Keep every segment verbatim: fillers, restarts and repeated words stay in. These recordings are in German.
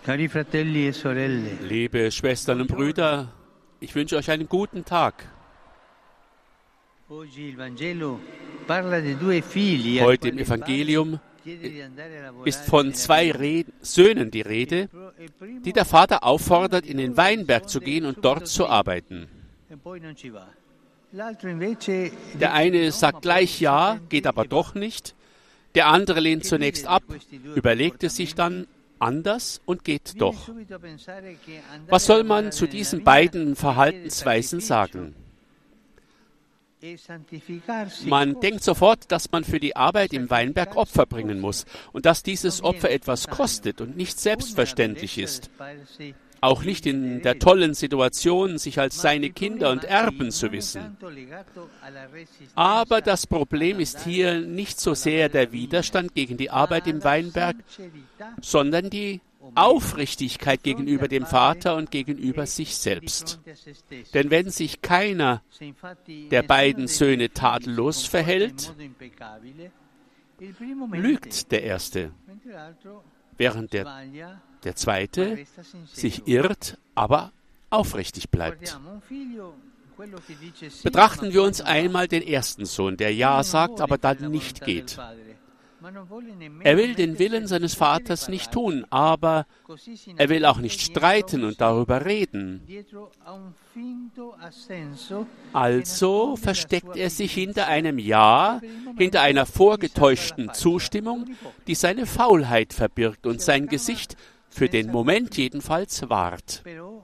Cari fratelli e sorelle, Liebe Schwestern und Brüder, ich wünsche euch einen guten Tag. oggi il Vangelo parla di due figli al Heute im quale il Evangelium padre chiede di andare a lavorare ist von nella zwei vigna. Re Söhnen die Rede, E il primo die der Vater auffordert, in den Weinberg zu gehen und dort zu arbeiten. e poi non ci va. L'altro invece Der eine sagt gleich ja, geht aber doch nicht. Der andere lehnt zunächst ab, überlegt es sich dann anders und geht doch. Was soll man zu diesen beiden Verhaltensweisen sagen? Man denkt sofort, dass man für die Arbeit im Weinberg Opfer bringen muss und dass dieses Opfer etwas kostet und nicht selbstverständlich ist. Auch nicht in der tollen Situation, sich als seine Kinder und Erben zu wissen. Aber das Problem ist hier nicht so sehr der Widerstand gegen die Arbeit im Weinberg, sondern die Aufrichtigkeit gegenüber dem Vater und gegenüber sich selbst. Denn wenn sich keiner der beiden Söhne tadellos verhält, lügt der Erste, während der, der Zweite sich irrt, aber aufrichtig bleibt. Betrachten wir uns einmal den ersten Sohn, der Ja sagt, aber dann nicht geht. Er will den Willen seines Vaters nicht tun, aber er will auch nicht streiten und darüber reden. Also versteckt er sich hinter einem Ja, hinter einer vorgetäuschten Zustimmung, die seine Faulheit verbirgt und sein Gesicht für den Moment jedenfalls wahrt.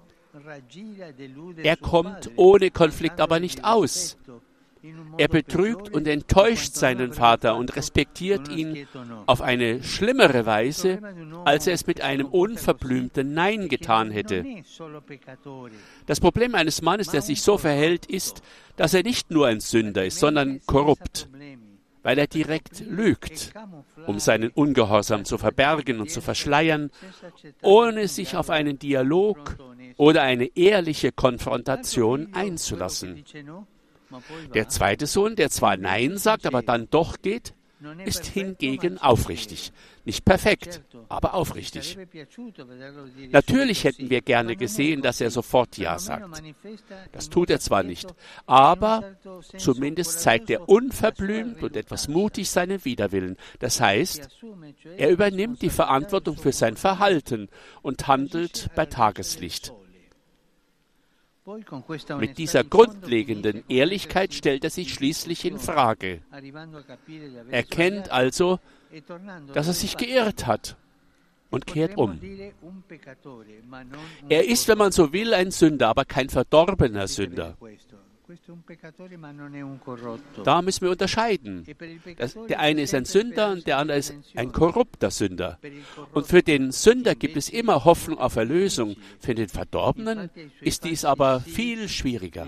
Er kommt ohne Konflikt aber nicht aus. Er betrügt und enttäuscht seinen Vater und respektiert ihn auf eine schlimmere Weise, als er es mit einem unverblümten Nein getan hätte. Das Problem eines Mannes, der sich so verhält, ist, dass er nicht nur ein Sünder ist, sondern korrupt, weil er direkt lügt, um seinen Ungehorsam zu verbergen und zu verschleiern, ohne sich auf einen Dialog oder eine ehrliche Konfrontation einzulassen. Der zweite Sohn, der zwar Nein sagt, aber dann doch geht, ist hingegen aufrichtig. Nicht perfekt, aber aufrichtig. Natürlich hätten wir gerne gesehen, dass er sofort Ja sagt. Das tut er zwar nicht, aber zumindest zeigt er unverblümt und etwas mutig seinen Widerwillen. Das heißt, er übernimmt die Verantwortung für sein Verhalten und handelt bei Tageslicht. Mit dieser grundlegenden Ehrlichkeit stellt er sich schließlich in Frage. Er erkennt also, dass er sich geirrt hat und kehrt um. Er ist, wenn man so will, ein Sünder, aber kein verdorbener Sünder. Da müssen wir unterscheiden. Das, der eine ist ein Sünder und der andere ist ein korrupter Sünder. Und für den Sünder gibt es immer Hoffnung auf Erlösung. Für den Verdorbenen ist dies aber viel schwieriger.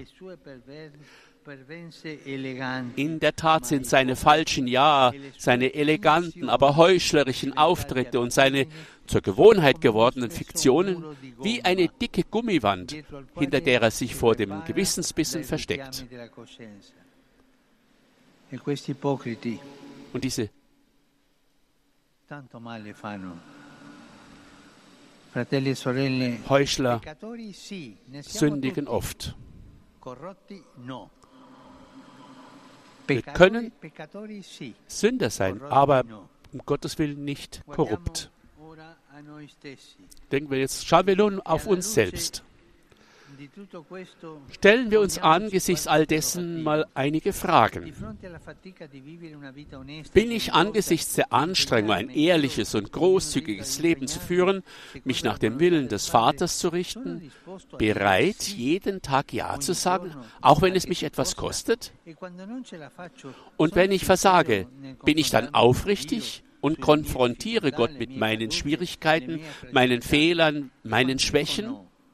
In der Tat sind seine falschen Ja, seine eleganten, aber heuchlerischen Auftritte und seine zur Gewohnheit gewordenen Fiktionen wie eine dicke Gummiwand, hinter der er sich vor dem Gewissensbissen versteckt. Und diese Heuchler sündigen oft. Wir können Sünder sein, aber um Gottes Willen nicht korrupt. Denken wir jetzt, schauen wir nun auf uns selbst. Stellen wir uns angesichts all dessen mal einige Fragen. Bin ich angesichts der Anstrengung, ein ehrliches und großzügiges Leben zu führen, mich nach dem Willen des Vaters zu richten, bereit, jeden Tag Ja zu sagen, auch wenn es mich etwas kostet? Und wenn ich versage, bin ich dann aufrichtig und konfrontiere Gott mit meinen Schwierigkeiten, meinen Fehlern, meinen Schwächen?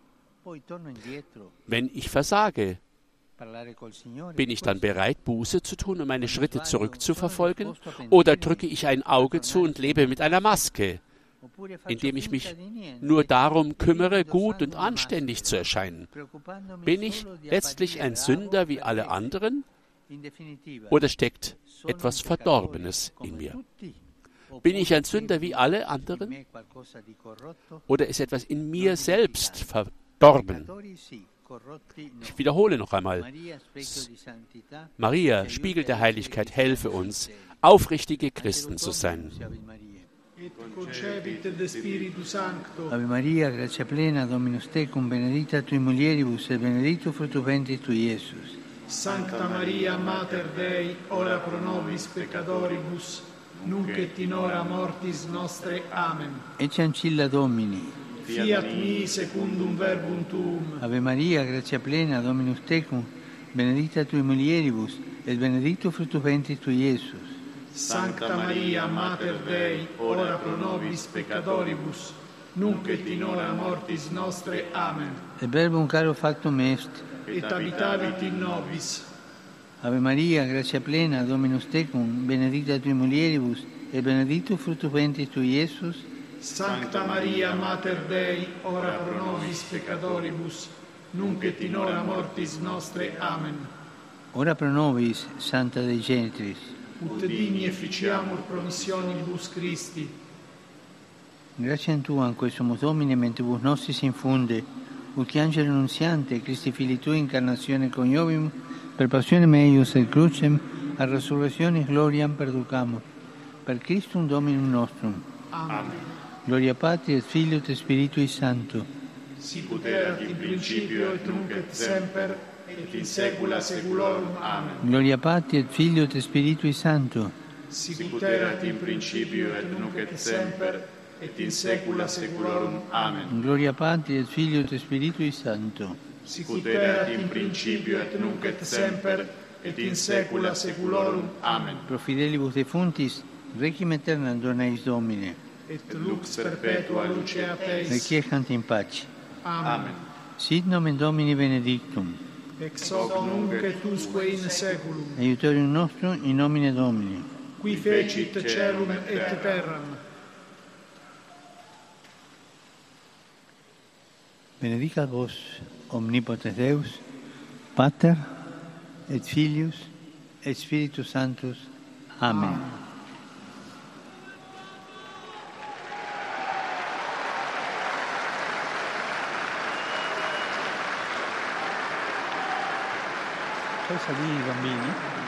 Wenn ich versage, bin ich dann bereit, Buße zu tun und meine Schritte zurückzuverfolgen? Oder drücke ich ein Auge zu und lebe mit einer Maske, indem ich mich nur darum kümmere, gut und anständig zu erscheinen? Bin ich letztlich ein Sünder wie alle anderen? Oder steckt etwas Verdorbenes in mir? Bin ich ein Sünder wie alle anderen? Oder ist etwas in mir selbst verdorben? Ich wiederhole noch einmal. Maria, Spiegel der Heiligkeit, helfe uns, aufrichtige Christen zu sein. Ave Maria, grazia plena, Dominus tecum, benedicta tui mulieribus, et benedictus fructus ventris tui, Iesus. Sancta Maria, Mater Dei, ora pro nobis peccatoribus, nunc et in hora mortis nostre. Amen. Ecce ancilla Domini. Fiat mi secundum verbum tuum. Ave Maria, grazia plena, Dominus tecum, benedicta tui mulieribus, et benedictus fructus ventris tui, Iesus. Sancta Maria, Mater Dei, ora pro nobis peccatoribus, nunc et in hora mortis nostre. Amen. Et verbum caro factum est. Et habitavit in nobis. Ave Maria, grazia plena, Dominus tecum, benedicta tui mulieribus, et benedictus fructus ventris tui, Iesus. Sancta Maria, Mater Dei, ora pro nobis peccatoribus, nunc et in hora mortis nostre. Amen. Ora pro nobis, Santa Dei Genitris. Ut digni efficiamur promissionibus Christi. Grazie a Tua, in questo Domine, mentibus nostris infunde, ut angelo nunziante, Christi Fili Tui, incarnazione coniovim, per passione meius et crucem, a resurrectionis gloriam perducamur. Per Christum Dominum nostrum. Amen. Gloria Patri et Filio et Spiritui Sancto. Sicut erat in principio et nunc et semper, et in saecula saeculorum. Amen. Gloria Patri et Filio et Spiritui Sancto. Sicut erat in principio et nunc et semper, et in saecula saeculorum. Amen. Gloria Patri et Filio et Spiritui Sancto. Sicut erat in principio et nunc et semper, et in saecula saeculorum. Amen. Pro fidelibus defuntis, requiem aeternam dona eis Domine. Et lux perpetua lucea Teis. Requiescant in pace. Amen. Sit nomen Domini benedictum. Ex hoc nunc et usque in saeculum. Aiutorium nostrum in nomine Domini. Qui fecit caelum et terram. Benedicat vos, omnipotens Deus, Pater, et Filius, et Spiritus Sanctus. Amen. Amen. Fai salire i bambini?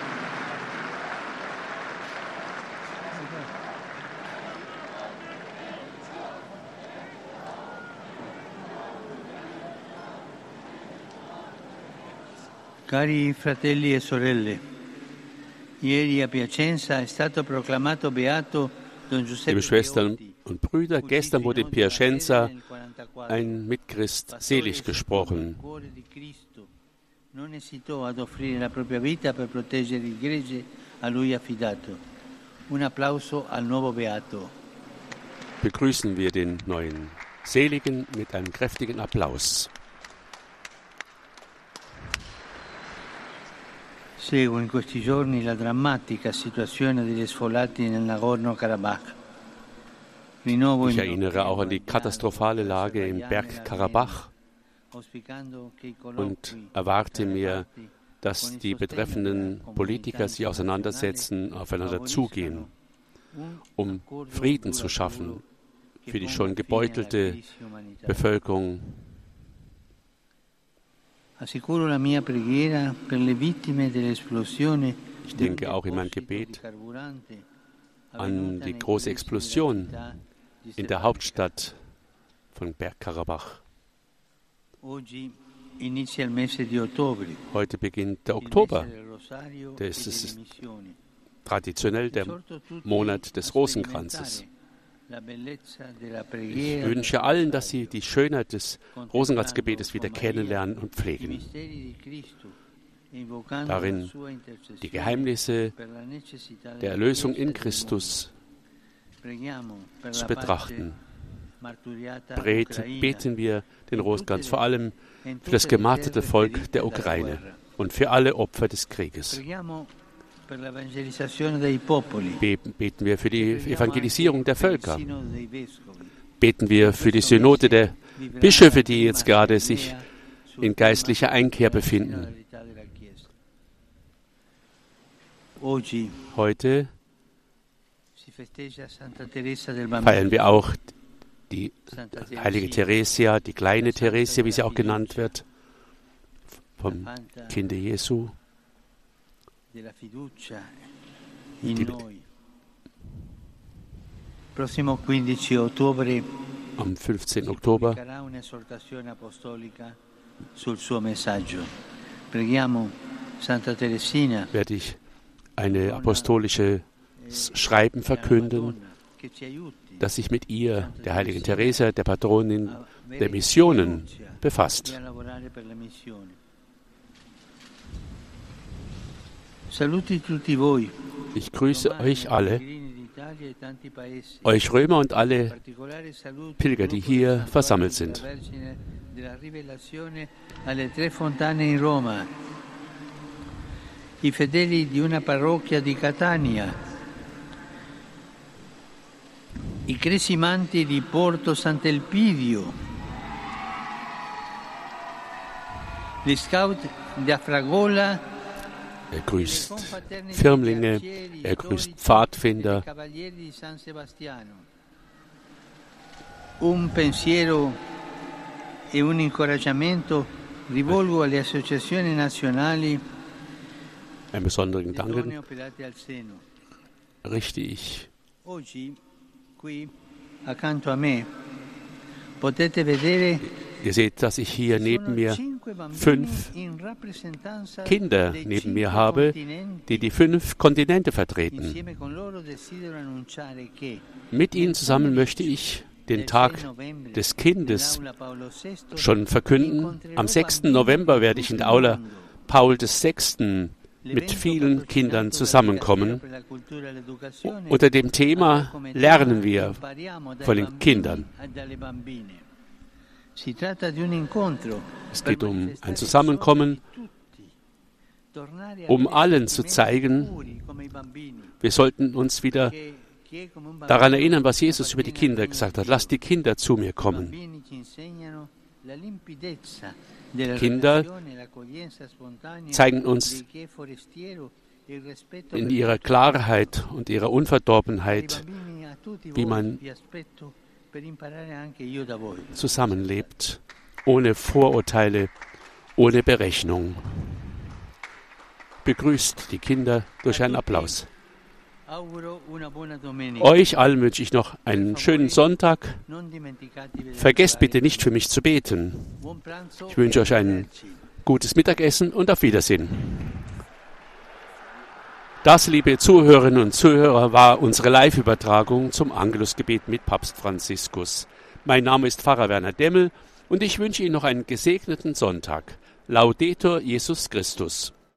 Cari fratelli e sorelle, ieri a Piacenza è stato proclamato beato Don Giuseppe Liebe Schwestern und Brüder, gestern wurde in Piacenza ein Mitchrist selig gesprochen. Non esitò ad offrire la propria vita per proteggere il gregge a lui affidato. Un applauso al nuovo beato. Begrüßen wir den neuen Seligen mit einem kräftigen Applaus. Seguo in questi giorni la drammatica situazione degli sfollati nel Nagorno-Karabakh. Ich erinnere auch an die katastrophale Lage im Bergkarabach und erwarte mir, dass die betreffenden Politiker sich auseinandersetzen, aufeinander zugehen, um Frieden zu schaffen für die schon gebeutelte Bevölkerung. Ich denke auch in meinem Gebet an die große Explosion in der Hauptstadt von Bergkarabach. Heute beginnt der Oktober. Das ist traditionell der Monat des Rosenkranzes. Ich wünsche allen, dass sie die Schönheit des Rosenkranzgebetes wieder kennenlernen und pflegen. Darin die Geheimnisse der Erlösung in Christus zu betrachten. Beten wir den Rosenkranz vor allem für das gemarterte Volk der Ukraine und für alle Opfer des Krieges. Beten wir für die Evangelisierung der Völker. Beten wir für die Synode der Bischöfe, die jetzt gerade sich in geistlicher Einkehr befinden. feiern wir auch die heilige Theresia, die kleine Theresia, wie sie auch genannt wird, vom Kinde Jesu. Die am fünfzehnten Oktober werde ich eine apostolische Schreiben verkünden, das sich mit ihr, der heiligen Theresia, der Patronin der Missionen, befasst. Ich grüße euch alle, euch Römer und alle Pilger, die hier versammelt sind. I fedeli di una parrocchia di Catania, i cresimanti di Porto Sant'Elpidio, gli scout di Afragola. Er grüßt Firmlinge, er grüßt Pfadfinder. Un pensiero e un incoraggiamento rivolgo alle associazioni nazionali. Einen besonderen Dank richte ich Ihr seht, dass ich hier neben mir fünf Kinder neben mir habe, die die fünf Kontinente vertreten. Mit ihnen zusammen möchte ich den Tag des Kindes schon verkünden. Am sechsten November werde ich in der Aula Paul der Sechste mit vielen Kindern zusammenkommen. Unter dem Thema lernen wir von den Kindern. Es geht um ein Zusammenkommen, um allen zu zeigen, wir sollten uns wieder daran erinnern, was Jesus über die Kinder gesagt hat. Lasst die Kinder zu mir kommen. Kinder zeigen uns in ihrer Klarheit und ihrer Unverdorbenheit, wie man zusammenlebt, ohne Vorurteile, ohne Berechnung. Begrüßt die Kinder durch einen Applaus. Euch allen wünsche ich noch einen schönen Sonntag. Vergesst bitte nicht für mich zu beten. Ich wünsche euch ein gutes Mittagessen und auf Wiedersehen. Das, liebe Zuhörerinnen und Zuhörer, war unsere Live-Übertragung zum Angelusgebet mit Papst Franziskus. Mein Name ist Pfarrer Werner Demmel und ich wünsche Ihnen noch einen gesegneten Sonntag. Laudetur Jesus Christus.